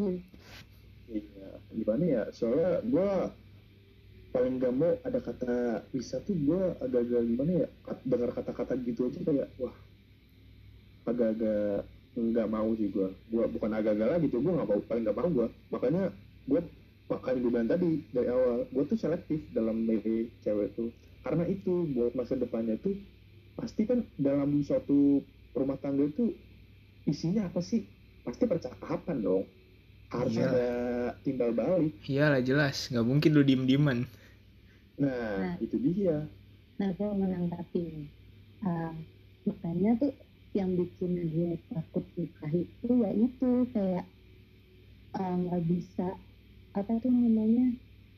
B: Iya, gimana ya? Soalnya gue paling gak mau ada kata bisa tuh, gue agak-agak gimana ya? Dengar kata-kata gitu aja kayak wah, agak-agak nggak mau sih gue. Gue bukan agak-agak lagi tuh, gue nggak mau, paling nggak mau gue. Makanya gue makanya gue bilang tadi dari awal, gue tuh selektif dalam milih cewek tuh. Karena itu buat masa depannya tuh pasti kan dalam suatu rumah tangga itu isinya apa sih? Pasti percakapan dong. Harus
A: Iyalah.
B: ada timbal balik.
A: Iyalah jelas, nggak mungkin lu diem-dieman.
B: Nah, nah itu dia.
D: Nah gue menanggapi uh, makanya tuh yang bikin gue takut nikah itu ya itu kayak nggak uh, bisa apa tuh namanya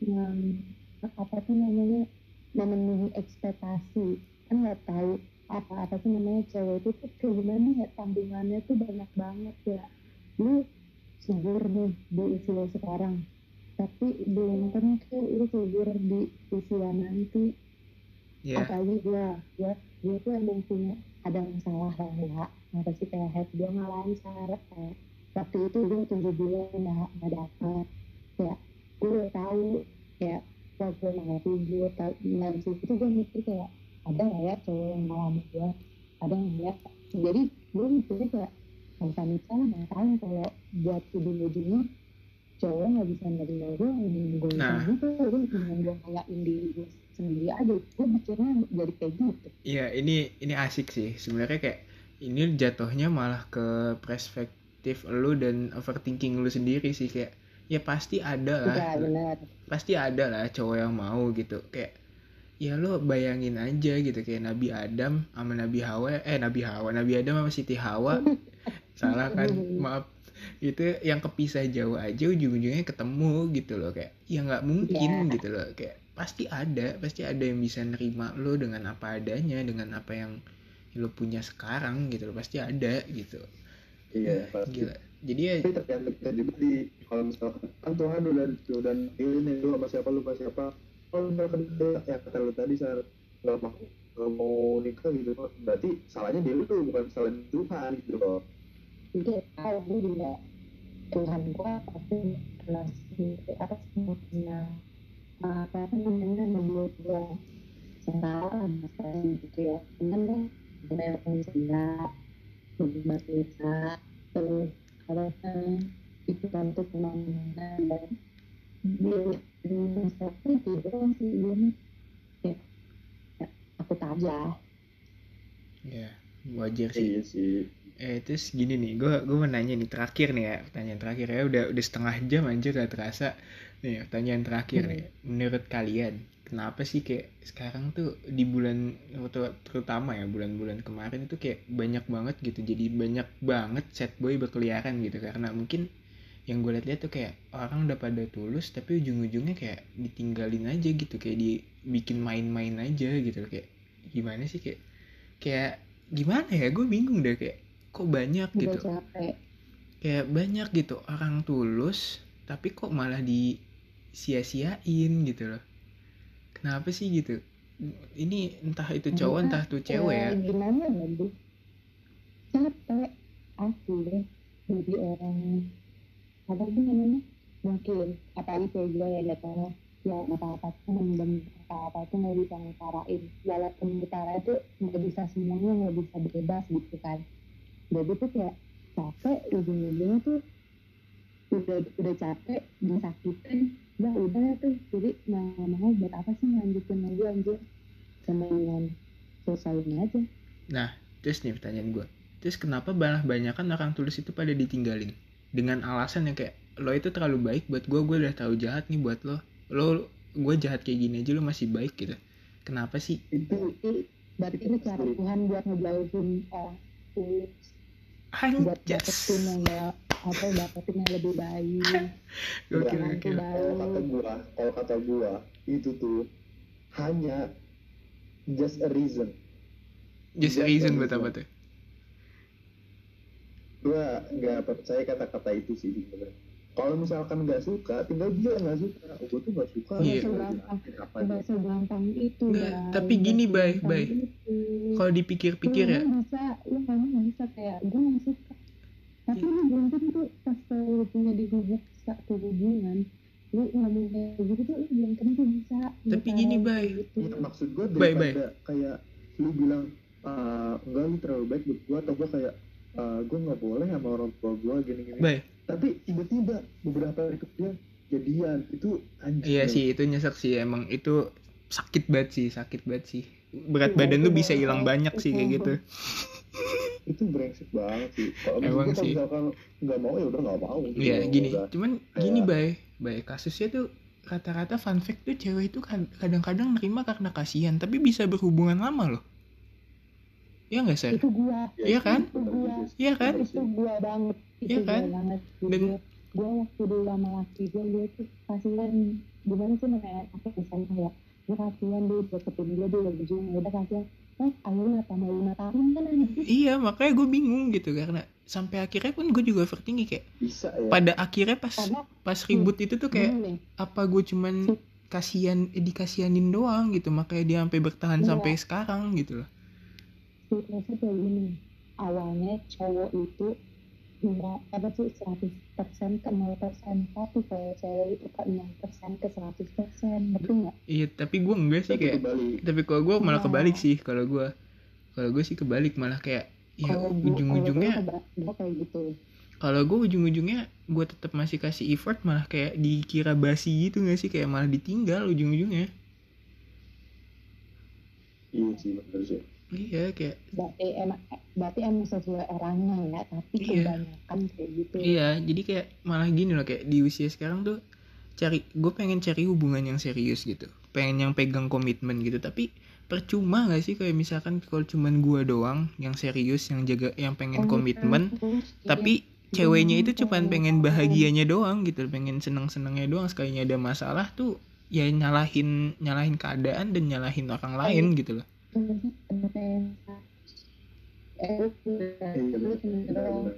D: um, apa tuh namanya memenuhi ekspektasi. Kan nggak tahu apa-apa tuh namanya cewek itu tuh kayak gimana ya, tanggungannya tuh banyak banget ya. Lu subur nih di usia sekarang, tapi belum tentu lu subur di usia nanti. Yeah. Apalagi gue, gue, gue tuh emang punya ada masalah lah ya. Apa sih kayak head gue nggak lancar, kayak waktu itu gue tujuh bulan nggak nggak dapet. Ya, gue udah tahu kayak waktu gue nggak tidur, nggak sih itu gue mikir kayak ada nggak ya cowok yang mau sama gue, ada nggak ya. Jadi gue mikirnya kayak bisa nikah, ngapain kalau buat ujung-ujungnya cowok nggak bisa nerima gue, ingin gue
A: nah.
D: gitu, gue ingin gue ngayain diri gue sendiri aja. Gue mikirnya jadi kayak gitu.
A: Iya, ini ini asik sih sebenarnya, kayak ini jatuhnya malah ke perspektif lu dan overthinking lu sendiri sih. Kayak ya pasti ada lah,
D: ya, benar.
A: pasti ada lah cowok yang mau gitu. Kayak ya lo bayangin aja gitu, kayak Nabi Adam sama Nabi Hawa, eh Nabi Hawa, Nabi Adam sama Siti Hawa, salah kan, maaf, itu yang kepisah jauh aja ujung-ujungnya ketemu gitu loh. Kayak ya nggak mungkin yeah. gitu loh, kayak pasti ada, pasti ada yang bisa nerima lo dengan apa adanya, dengan apa yang lo punya sekarang gitu loh, pasti ada gitu.
B: Iya pasti.
A: Gila. Jadi ya
B: tapi tergantung kita juga di, kalau misalkan kan Tuhan udah udah ini lu sama siapa lu sama siapa, kalau misalkan ya kata lu tadi saat nggak mau nggak mau nikah gitu, berarti salahnya dia lu tuh, bukan salah Tuhan gitu loh.
D: Iya, tahu gue juga Tuhan gue pasti masih apa sih punya apa namanya membuat gue salah masalah gitu ya. Cuman deh bayar pensiun, berubah desa, terus kalau itu untuk pembangunan dan di di masyarakat itu doang sih ini ya, ya aja.
A: Ya wajar sih.
B: Iya sih.
A: Eh terus gini nih, gue gue mau nanya nih terakhir nih ya, pertanyaan terakhir ya, udah udah setengah jam aja gak terasa. Nih pertanyaan terakhir nih, menurut kalian kenapa sih kayak sekarang tuh di bulan terutama ya bulan-bulan kemarin itu kayak banyak banget gitu, jadi banyak banget sad boy berkeliaran gitu, karena mungkin yang gue lihat-lihat tuh kayak orang udah pada tulus tapi ujung-ujungnya kayak ditinggalin aja gitu, kayak dibikin main-main aja gitu, kayak gimana sih kayak kayak gimana ya, gue bingung deh kayak kok banyak
D: Udah
A: gitu
D: capek.
A: kayak banyak gitu orang tulus tapi kok malah disia-siain gitu loh, kenapa sih gitu, ini entah itu cowok
D: Karena,
A: entah tuh cewek ya.
D: eh, gimana lagi, capek asli jadi orang apa sih namanya, mungkin apalagi kayak gue ya datanya ya apa-apa tuh mendem apa-apa tuh nggak bisa ngutarain, walaupun utara itu nggak bisa semuanya, nggak bisa bebas gitu kan. Jadi tuh kayak capek, ujung-ujungnya tuh udah udah capek disakitin, udah udah tuh jadi mau mau buat apa sih lanjutin lagi anjir, sama dengan selesaiin aja.
A: Nah terus nih pertanyaan gue, terus kenapa malah banyakan orang tulus itu pada ditinggalin dengan alasan yang kayak lo itu terlalu baik buat gue, gue udah tahu jahat nih buat lo, lo gue jahat kayak gini aja lo masih baik gitu, kenapa sih?
B: Itu
D: Berarti itu cara Tuhan buat ngejauhin orang tulus, buat dapetin yang gak, atau dapetin yang lebih baik.
A: Oke
D: Jangan
A: oke.
D: tuh
B: Kalau kata
D: baik.
B: gua, kalau kata gua itu tuh hanya just a reason.
A: Just a reason buat apa tuh?
B: Gua nggak percaya kata-kata itu sih sebenarnya. Kalau misalkan nggak suka, tinggal bilang nggak suka. Oh, gua tuh nggak suka.
A: Iya.
B: Apa
D: Nggak segampang itu.
A: Nggak,
D: Bay.
A: tapi gini,
D: Nggak
A: Bay,
D: segampang
A: Bay.
D: itu.
A: Kalau dipikir-pikir
D: Lu
A: ya,
D: emang bisa, lu memang nggak bisa kayak gue nggak suka. Tapi lu belum tentu pas lu punya di hubung satu hubungan, lu ngomong kayak gitu tuh lu belum tentu bisa.
A: Tapi gini, Bay.
D: Gitu.
B: Ya, maksud gua
A: Bay,
B: daripada kayak lu bilang ah, enggak lu terlalu baik buat gua, atau gua kayak ah, gua nggak boleh sama orang tua gua gini-gini.
A: Bay.
B: Tapi tiba-tiba beberapa hari kemudian jadian, itu anjir.
A: Iya sih itu nyesek sih, emang itu sakit banget sih, sakit banget sih. Berat
D: Iya,
A: badan
D: itu
A: lu bisa
D: banget.
A: hilang banyak sih kayak gitu.
B: Itu brengsek banget sih. Kalau
A: Emang
B: misalkan
A: sih.
B: misalkan nggak mau ya udah nggak mau. gitu.
A: Iya gini,
B: Udah.
A: cuman gini Bay, Bay kasusnya tuh rata-rata fun fact tuh cewek itu kan kadang-kadang nerima karena kasihan, tapi bisa berhubungan lama loh. Iya nggak sih?
D: Itu gua.
A: Iya kan?
D: Itu gua.
A: Iya kan?
D: Itu gua banget. Itu
A: Iya kan?
D: gua banget.
A: Dan-
D: Gue waktu dulu sama laki gue, gue tuh kasihan, gimana sih namanya, apa misalnya kayak gue kasihan dulu deketin dia, dia udah berjuang, udah kasihan, eh akhirnya tambah lima tahun kan anjir.
A: Iya makanya gue bingung gitu, karena sampai akhirnya pun gue juga overthinking kayak
B: Bisa ya.
A: pada akhirnya pas
D: Karena
A: pas ribut itu tuh kayak
D: gini nih,
A: apa gue cuman kasihan eh, dikasihanin doang gitu, makanya dia sampai bertahan
D: Iya.
A: sampai sekarang gitu loh.
D: situasi kayak gini, awalnya cowok itu nggak apa sih seratus persen ke nol persen, tapi kalau cewek itu ke enam persen ke seratus persen, betul nggak?
A: Iya tapi gue enggak sih
B: Tapi
A: kayak,
B: kembali.
A: tapi kalau gue malah
D: Nah.
A: kebalik sih, kalau gue kalau gue sih kebalik malah kayak ya
D: Kalau gua-
A: ujung-ujungnya
D: kalau gua gua kayak gitu.
A: kalau gue ujung-ujungnya gue tetap masih kasih effort, malah kayak dikira basi gitu nggak sih, kayak malah ditinggal ujung-ujungnya.
B: Iya sih benar sih.
A: Iya kayak
D: Berarti emang berarti emang sesuai orangnya ya, tapi
A: Iya.
D: kebanyakan kayak gitu.
A: iya jadi kayak malah gini loh, kayak di usia sekarang tuh cari gue pengen cari hubungan yang serius gitu, pengen yang pegang komitmen gitu, tapi percuma nggak sih kayak misalkan kalau cuman gue doang yang serius, yang jaga, yang pengen komitmen, tapi ceweknya itu cuman pengen bahagianya doang gitu, pengen seneng-senengnya doang, sekalinya ada masalah tuh ya nyalahin nyalahin keadaan dan nyalahin orang lain gitu loh.
B: Iya benar.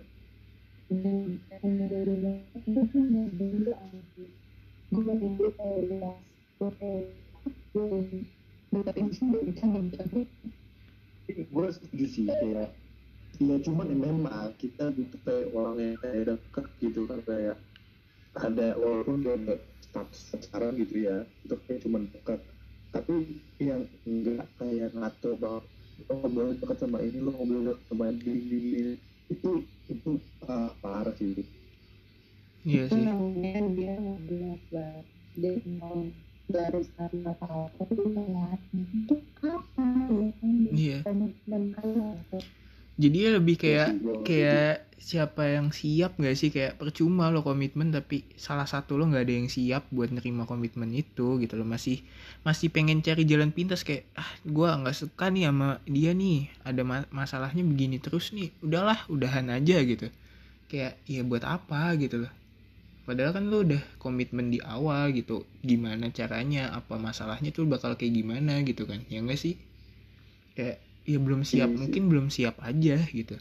B: Gue setuju sih kayak ya cuman ya memang kita butuh kayak orang yang kayak deket gitu kan, kayak ada walaupun dia nggak status pacaran gitu ya, itu kayak cuman dekat, tapi yang enggak kayak ngatur banget, lo nggak boleh dekat sama ini, lo nggak boleh dekat sama ini, ini, ini. itu itu ah, parah sih itu.
A: Iya
D: Itu
A: sih.
D: namanya dia mau belajar, dia mau dari sana tahu, tapi dia ngeliat itu apa ya kan?
A: Iya.
D: komitmen aja.
A: Jadi ya lebih kayak
B: Iya sih, gua
A: kayak siapa yang siap nggak sih, kayak percuma lo komitmen tapi salah satu lo nggak ada yang siap buat nerima komitmen itu gitu lo, masih masih pengen cari jalan pintas kayak ah gue nggak suka nih sama dia nih, ada ma- masalahnya begini terus nih, udahlah udahan aja gitu. Kayak ya buat apa gitu loh, padahal kan lo udah komitmen di awal gitu, gimana caranya, apa masalahnya tuh bakal kayak gimana gitu kan, ya nggak sih? Kayak ya belum siap,
B: Iya sih.
A: mungkin belum siap aja gitu.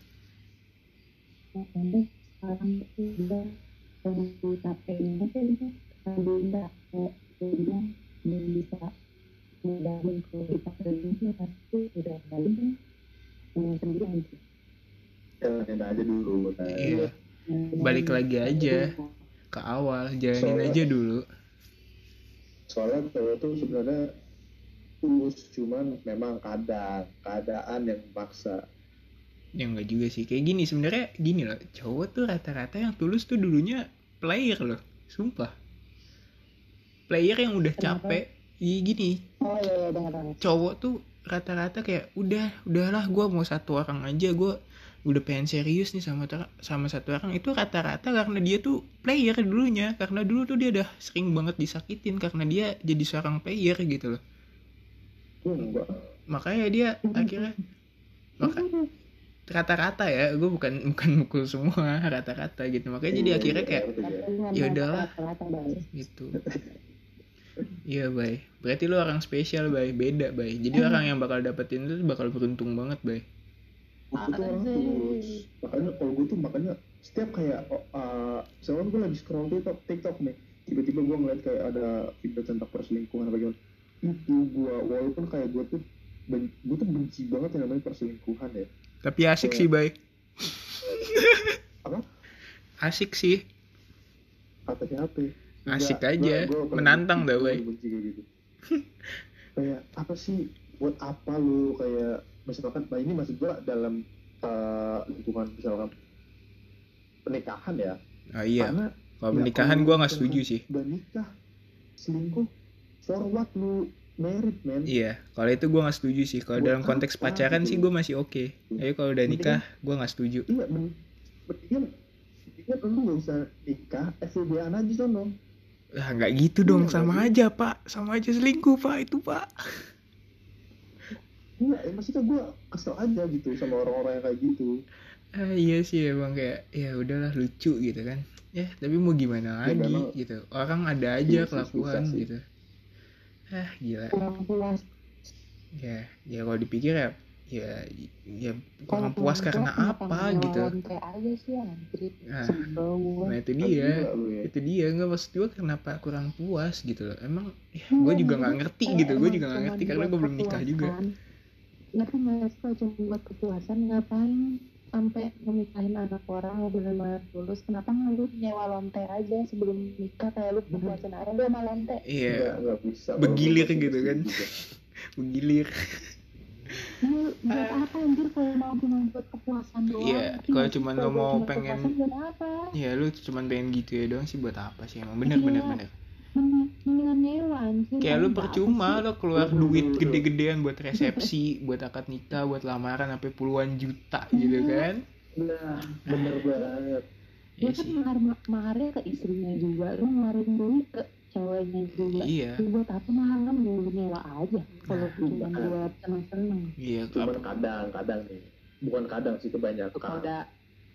D: Sampai sekarang itu udah kalau capeknya kan kalau udah kayak bilang belum bisa mendalam kalau kita kerja tapi udah balik kan dengan sendiri aja.
B: jalanin aja dulu kan.
A: Iya, balik lagi aja ke awal, jalanin
B: Soalnya-
A: aja dulu.
B: Soalnya cewek tuh sebenarnya tulus, cuman memang kadang keadaan yang memaksa.
A: Ya enggak juga sih, kayak gini sebenarnya gini loh, cowok tuh rata-rata yang tulus tuh dulunya player loh, sumpah. Player yang udah
D: Kenapa?
A: capek, iya gini,
D: Oh iya iya dengar dengar.
A: cowok tuh rata-rata kayak udah udahlah gue mau satu orang aja, gue udah pengen serius nih sama ter- sama satu orang. Itu rata-rata karena dia tuh player dulunya, karena dulu tuh dia udah sering banget disakitin karena dia jadi seorang player gitu loh,
B: Gue enggak.
A: makanya dia akhirnya maka rata-rata ya, gue bukan bukan mukul semua, rata-rata gitu, makanya jadi
B: Iya,
A: akhirnya
B: iya,
A: kayak
B: ngerti ya.
A: ya udahlah.
D: Rata-rata baik.
A: gitu. Iya bay, berarti lu orang spesial bay, beda bay. Jadi orang yang bakal dapetin itu bakal beruntung banget bay.
B: Gue tuh orang tulus. Makanya kalau gue tuh makanya setiap kayak oh, uh, misalnya gue lagi scroll TikTok, TikTok nih, tiba-tiba gue ngeliat kayak ada video tentang perselingkuhan apa gimana, itu gue walaupun kayak gue tuh ben- gue tuh benci banget yang namanya perselingkuhan ya.
A: Tapi asik sih bay.
B: Apa?
A: Asik sih.
B: Kata siapa?
A: Asik
B: Enggak,
A: aja,
B: gua- gua
A: menantang
B: benci,
A: dah,
B: gua
A: Bay.
B: benci kayak gitu. Kayak apa sih, buat apa lu kayak misalkan, nah ini maksud gua dalam uh, lingkungan misalkan pernikahan ya.
A: Oh iya,
B: Karena
A: kalau
B: ya,
A: pernikahan
B: kalau
A: gue nggak
B: misalkan
A: setuju sih.
B: udah nikah selingkuh, for what lu married man?
A: Iya, kalau itu gue nggak setuju sih. Kalau
B: Buat
A: dalam konteks
B: apa
A: pacaran
B: gitu
A: sih
B: loh?
A: gue masih oke. Tapi kalau udah nikah gue nggak setuju.
B: Iya, men- mendingan mendingan lu gak usah nikah, F W B-an aja sono.
A: Lah nggak gitu dong,
B: Iya,
A: sama
B: nggak
A: aja pak, sama aja selingkuh pak itu pak.
B: Iya, eh, maksudnya gue kesel aja gitu sama orang-orang yang kayak gitu.
A: Ah, iya sih emang kayak ya udahlah lucu gitu kan. Ya tapi mau gimana
B: Ya,
A: lagi
B: memang-
A: gitu. Orang ada aja
B: Iya sih,
A: kelakuan
B: susah sih.
A: gitu. Ah gila.
D: Kurang puas.
A: Ya ya kalau dipikir ya ya ya kurang
D: Kalau
A: puas karena
D: kenapa
A: apa
D: nggak
A: gitu.
D: lonte aja sih anjir.
A: Nah,
D: Sebel gua.
A: nah itu
B: Kan
A: dia.
B: gila lu ya.
A: Itu dia nggak, maksud gue kenapa kurang puas gitu loh. Emang ya,
D: Iya,
A: gue juga
D: maksudnya
A: nggak ngerti
D: kalau
A: gitu. Gue
D: emang
A: juga nggak
D: cuman
A: ngerti karena
D: buat
A: gue belum nikah juga.
D: kepuasan, ngerti nggak sih kalau cuma buat kepuasan ngapain sampai nikahin anak orang lu benar-benar tulus, kenapa nggak lu nyewa lonte aja sebelum nikah, kayak lu kepuasan aja lu sama lonte.
B: Nggak,
A: Iya,
B: nggak bisa.
A: Begilir
B: Kalau
A: gitu
B: gua
A: kan.
B: juga.
A: Begilir.
D: Lu buat apa anjir kalau mau cuma buat kepuasan doang?
A: Iya,
D: Ngerti
A: kalau
D: nggak sih?
A: cuman
D: Kalau
A: lu mau
D: cuma
A: pengen-
D: kepuasan buat apa?
A: Ya lu cuman pengen gitu ya doang sih, buat apa sih emang, bener bener
D: Iya.
A: bener.
D: Mending- Mendingan nyewa anjir.
A: Kayak lu
D: Apa
A: percuma
D: sih?
A: lo keluar
B: Bener,
A: duit
B: bener.
A: gede-gedean buat resepsi, buat akad nikah, buat lamaran sampai puluhan juta gitu kan.
B: Nah, bener banget.
A: Iya
D: Lu kan
A: sih.
D: mahar maharnya ke istrinya juga, lu ngarin duit ke ceweknya juga.
A: Iya.
D: Lu buat apa mahal, kan lu nyewa aja kalau
A: Nah,
D: cuma
B: bukan.
D: buat seneng-seneng.
A: Iya,
B: Cuman
A: apa-
B: kadang-kadang nih, bukan kadang sih,
D: Kalau
B: kebanyakan.
D: udah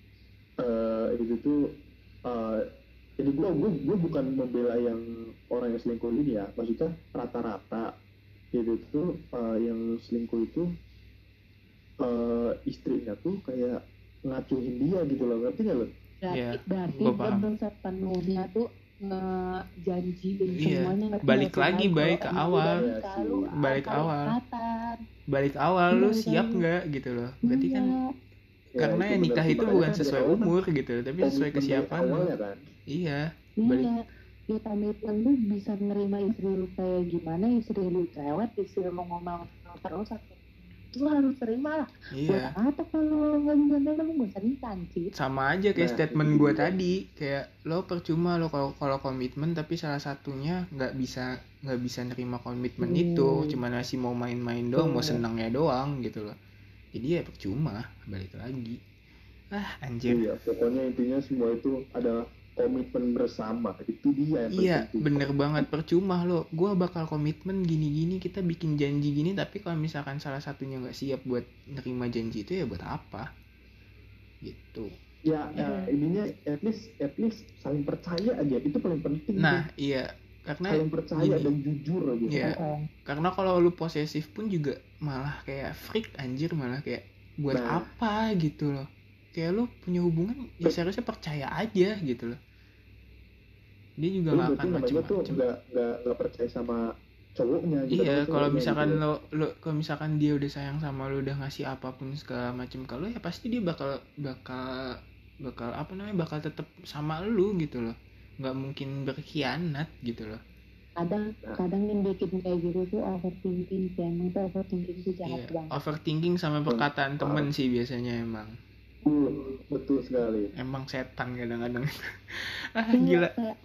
B: Eh itu tuh, eh jadi gue gue gue bukan membela yang orang yang selingkuh ini ya, maksudnya rata-rata itu tuh eh, yang selingkuh itu eh istrinya tuh kayak ngacuhin dia gitu loh, ngerti nggak lo?
D: berarti,
A: Iya,
D: berarti
A: gua
D: dia
A: paham.
D: belum sepenuhnya tuh ngejanjiin
A: Iya,
D: semuanya, ngerti
A: balik
D: nggak sih?
A: lagi,
D: Kalau
A: baik ke
D: emang
A: awal.
D: udah nikah, lu
A: Balik
D: apa
A: awal.
D: ikatan.
A: balik awal lu
D: Iya,
A: siap
D: iya.
A: nggak gitu loh. Berarti kan
D: Iya.
A: karena
B: Ya, itu
A: nikah
B: bener.
A: itu
B: Makanya
A: bukan
B: kan
A: sesuai
B: dari awal kan
A: umur gitu, tapi sesuai
B: komitmen dari
A: kesiapan lu.
B: awalnya kan.
A: Iya,
D: Iya,
A: balik.
D: ya komitmen lu bisa nerima istri lu kayak gimana, istri lu cewek, istri lu ngomong terus atau lu harus terima lah.
A: Iya.
D: Buat apa kalau nggak bisa terima lu nggak usah nikah sih.
A: Sama aja kayak
B: Nah,
A: statement
B: itu
A: gue
B: dia.
A: tadi, kayak lo percuma lo kalau kalau komitmen tapi salah satunya nggak bisa nggak bisa nerima komitmen
D: Hmm.
A: itu, cuma masih mau main-main doang, mau
B: Iya.
A: senangnya doang gitu loh. Jadi ya percuma, balik lagi. Ah anjir.
B: Iya, pokoknya intinya semua itu adalah komitmen bersama. Itu dia yang paling
A: Iya
B: penting.
A: bener banget, percuma lo. Gue bakal komitmen gini-gini, kita bikin janji gini, tapi kalau misalkan salah satunya nggak siap buat nerima janji itu ya buat apa? Gitu.
B: Ya, ya ininya at least at least saling percaya aja, itu paling penting.
A: Nah
B: tuh.
A: iya, karena
B: saling percaya
A: gini.
B: dan jujur aja.
A: Iya.
D: Heeh.
A: Karena kalau lu posesif pun juga malah kayak freak anjir, malah kayak buat
B: Nah.
A: apa gitu loh. Kayak lu punya hubungan ya seharusnya percaya aja gitu loh. Dia juga
B: Lu
A: nggak
B: berarti
A: akan
B: namanya tuh
A: macem-macem.
B: nggak nggak nggak percaya sama cowoknya gitu.
A: Iya,
B: sama
A: kalau
B: ceweknya
A: misalkan
B: gitu.
A: lo, lo kalau misalkan dia udah sayang sama lu, udah ngasih apapun segala macam kalau ya pasti dia bakal bakal bakal apa namanya bakal tetap sama lu gitu loh. Nggak mungkin berkhianat gitu loh.
D: kadang kadang yang bikin kayak gitu tuh overthinking sih, emang tuh overthinking tuh jahat
A: Iya,
D: banget.
A: overthinking sama perkataan temen sih biasanya emang.
B: Betul, betul sekali.
A: Emang setan kadang-kadang. Ah
D: Iya,
A: gila.
D: kayak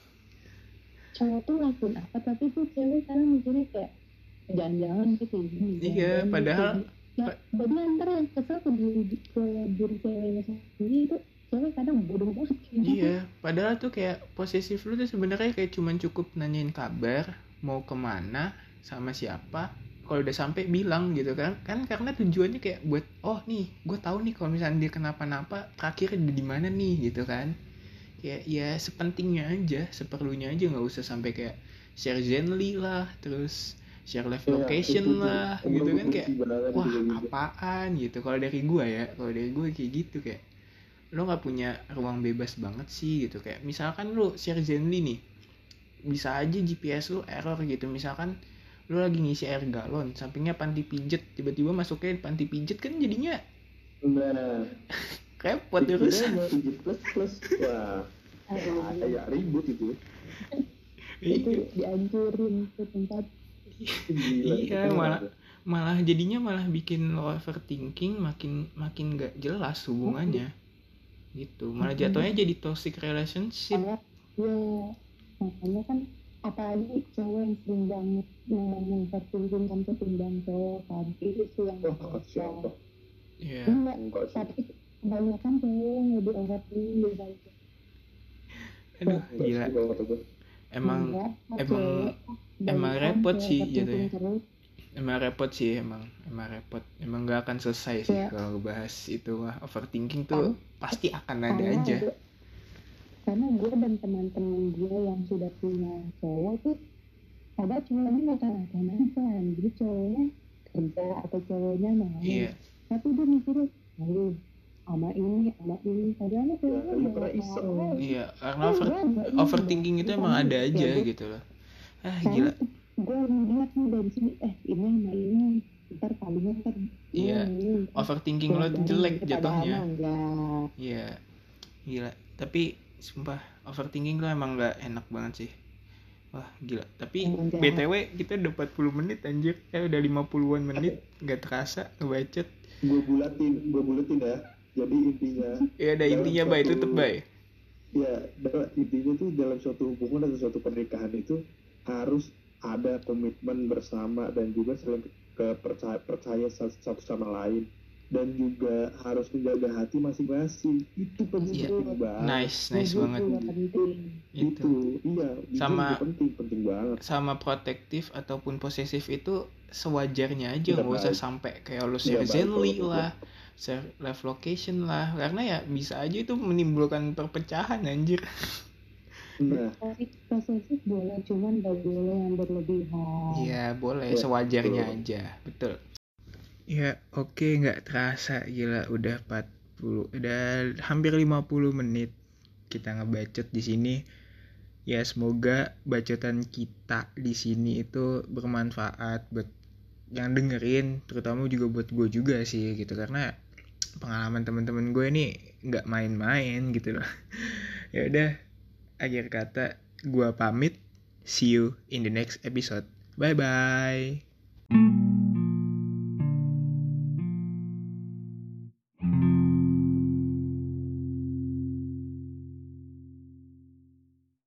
D: cowok tuh ngelakuin apa tapi tuh cewek sekarang mikirnya kayak jangan-jangan gitu gini.
A: Iya,
D: jangan-jangan
A: padahal-
D: gitu. Ya, jadi antara yang kesel ke diri ke diri ceweknya sendiri itu cewek kadang bodoh banget kayak gitu.
A: Iya, padahal tuh kayak posesif lu tuh sebenarnya kayak cuman cukup nanyain kabar, mau kemana, sama siapa. Kalau udah sampai bilang gitu kan, kan karena tujuannya kayak buat, oh nih, gue tahu nih kalau misalnya dia kenapa-napa, terakhir di mana nih gitu kan. Kayak ya sepentingnya aja, seperlunya aja, nggak usah sampai kayak share Zenly lah, terus share live
B: Iya,
A: location
B: itu tuh.
A: lah,
B: Temen
A: gitu
B: gue
A: kan kayak,
B: benci banget
A: wah
B: juga gitu.
A: apaan gitu. Kalau dari gue ya, kalau dari gue kayak gitu kayak. Lo nggak punya ruang bebas banget sih gitu, kayak misalkan lo share Zenly nih, bisa aja G P S lo error gitu, misalkan lo lagi ngisi air galon, sampingnya panti pijet, tiba-tiba masuknya panti pijet kan jadinya
B: Nah,
A: repot
B: pikirannya
A: urusan.
B: pijit plus plus, wah,
D: Aduh,
B: kayak ribut itu.
D: itu
A: Iya,
D: dihancurin tuh tempat.
B: Gila,
A: iya
B: itu
A: malah
B: kenapa?
A: malah jadinya malah bikin lo overthinking, makin makin gak jelas hubungannya gitu, malah jatuhnya jadi toxic relationship.
D: Kayak ya makanya kan apalagi cowok yang sering banget ngomong overthinking kan ketimbang cowok kan itu sih yang
B: Wah, siapa?
A: Iya.
D: enggak,
B: Enggak sih.
D: tapi kebanyakan cowok yang lebih overthinking daripada
A: Aduh
B: Enggak
A: gila,
B: sih kalau kata gue.
A: emang
D: enggak,
A: emang
D: cewek,
A: emang
D: kebanyakan
A: repot
D: cewek
A: sih
D: overthinking
A: jatuhnya.
D: terus.
A: Emang repot sih, emang emang repot, emang gak akan selesai sih
D: Iya.
A: kalau bahas itu mah. Overthinking tuh pasti akan ada
D: Karena
A: aja.
D: gue- karena gue dan teman-teman gue yang sudah punya cowok tuh ada cowoknya nggak kenapa-napa, jadi cowoknya kerja atau cowoknya mau,
A: Iya,
D: tapi dia mikirnya lalu sama ini sama ini padahal
B: Ya,
D: cowoknya
B: karena
D: nggak
B: pernah iseng.
D: tahu.
A: iya, karena
D: Oh,
A: over,
D: enggak, enggak, ini
A: overthinking
D: enggak.
A: itu
D: Bukan
A: emang ada
D: ini.
A: aja
D: Ya, gue-
A: gitu loh. Ah
D: karena
A: gila,
D: gue lihat nih dari sini eh ini sama ini ntar kalinya ntar
A: Iya.
D: ini, ini.
A: overthinking lo tuh
D: Jangan
A: jelek
D: gitu,
A: jatuhnya.
D: padahal enggak.
A: Iya, gila. Tapi sumpah overthinking lo emang gak enak banget sih. Wah gila. Tapi
D: Emang jahat.
A: B T W kita udah empat puluh menit anjir. Eh udah lima puluhan menit, gak terasa ngebacot.
B: Gue bulatin, gue bulatin ya. Jadi intinya,
A: Ya ada
B: Dalam
A: intinya bay,
B: suatu-
A: tutup bay.
B: ya dalam- intinya tuh dalam suatu hubungan atau suatu pernikahan itu harus ada komitmen bersama dan juga saling kepercaya percaya satu satu sama lain, dan juga harus menjaga hati masing-masing. Itu penting
A: Iya.
B: banget.
A: Nice, nice
D: Itu
A: banget.
D: juga penting.
A: Itu.
B: Itu, iya. Itu
A: Sama-
B: juga penting, penting banget.
A: Sama protektif ataupun posesif itu sewajarnya aja,
B: Tidak
A: nggak usah
B: baik.
A: sampai kayak lo
B: Tidak
A: share
B: baik
A: Zenly
B: kalau
A: lah, share live location lah, karena ya bisa aja itu menimbulkan perpecahan anjir.
B: Nah,
D: Tapi posesif boleh, cuman gak boleh yang berlebihan.
A: Iya boleh,
B: Betul.
A: sewajarnya aja, betul. Ya oke, nggak terasa gila udah empat puluh, udah hampir lima puluh menit kita ngebacot di sini. Ya semoga bacotan kita di sini itu bermanfaat buat yang dengerin, terutama juga buat gue juga sih gitu, karena pengalaman teman-teman gue ini nggak main-main gitu loh. Ya udah, akhir kata gue pamit. See you in the next episode. Bye bye.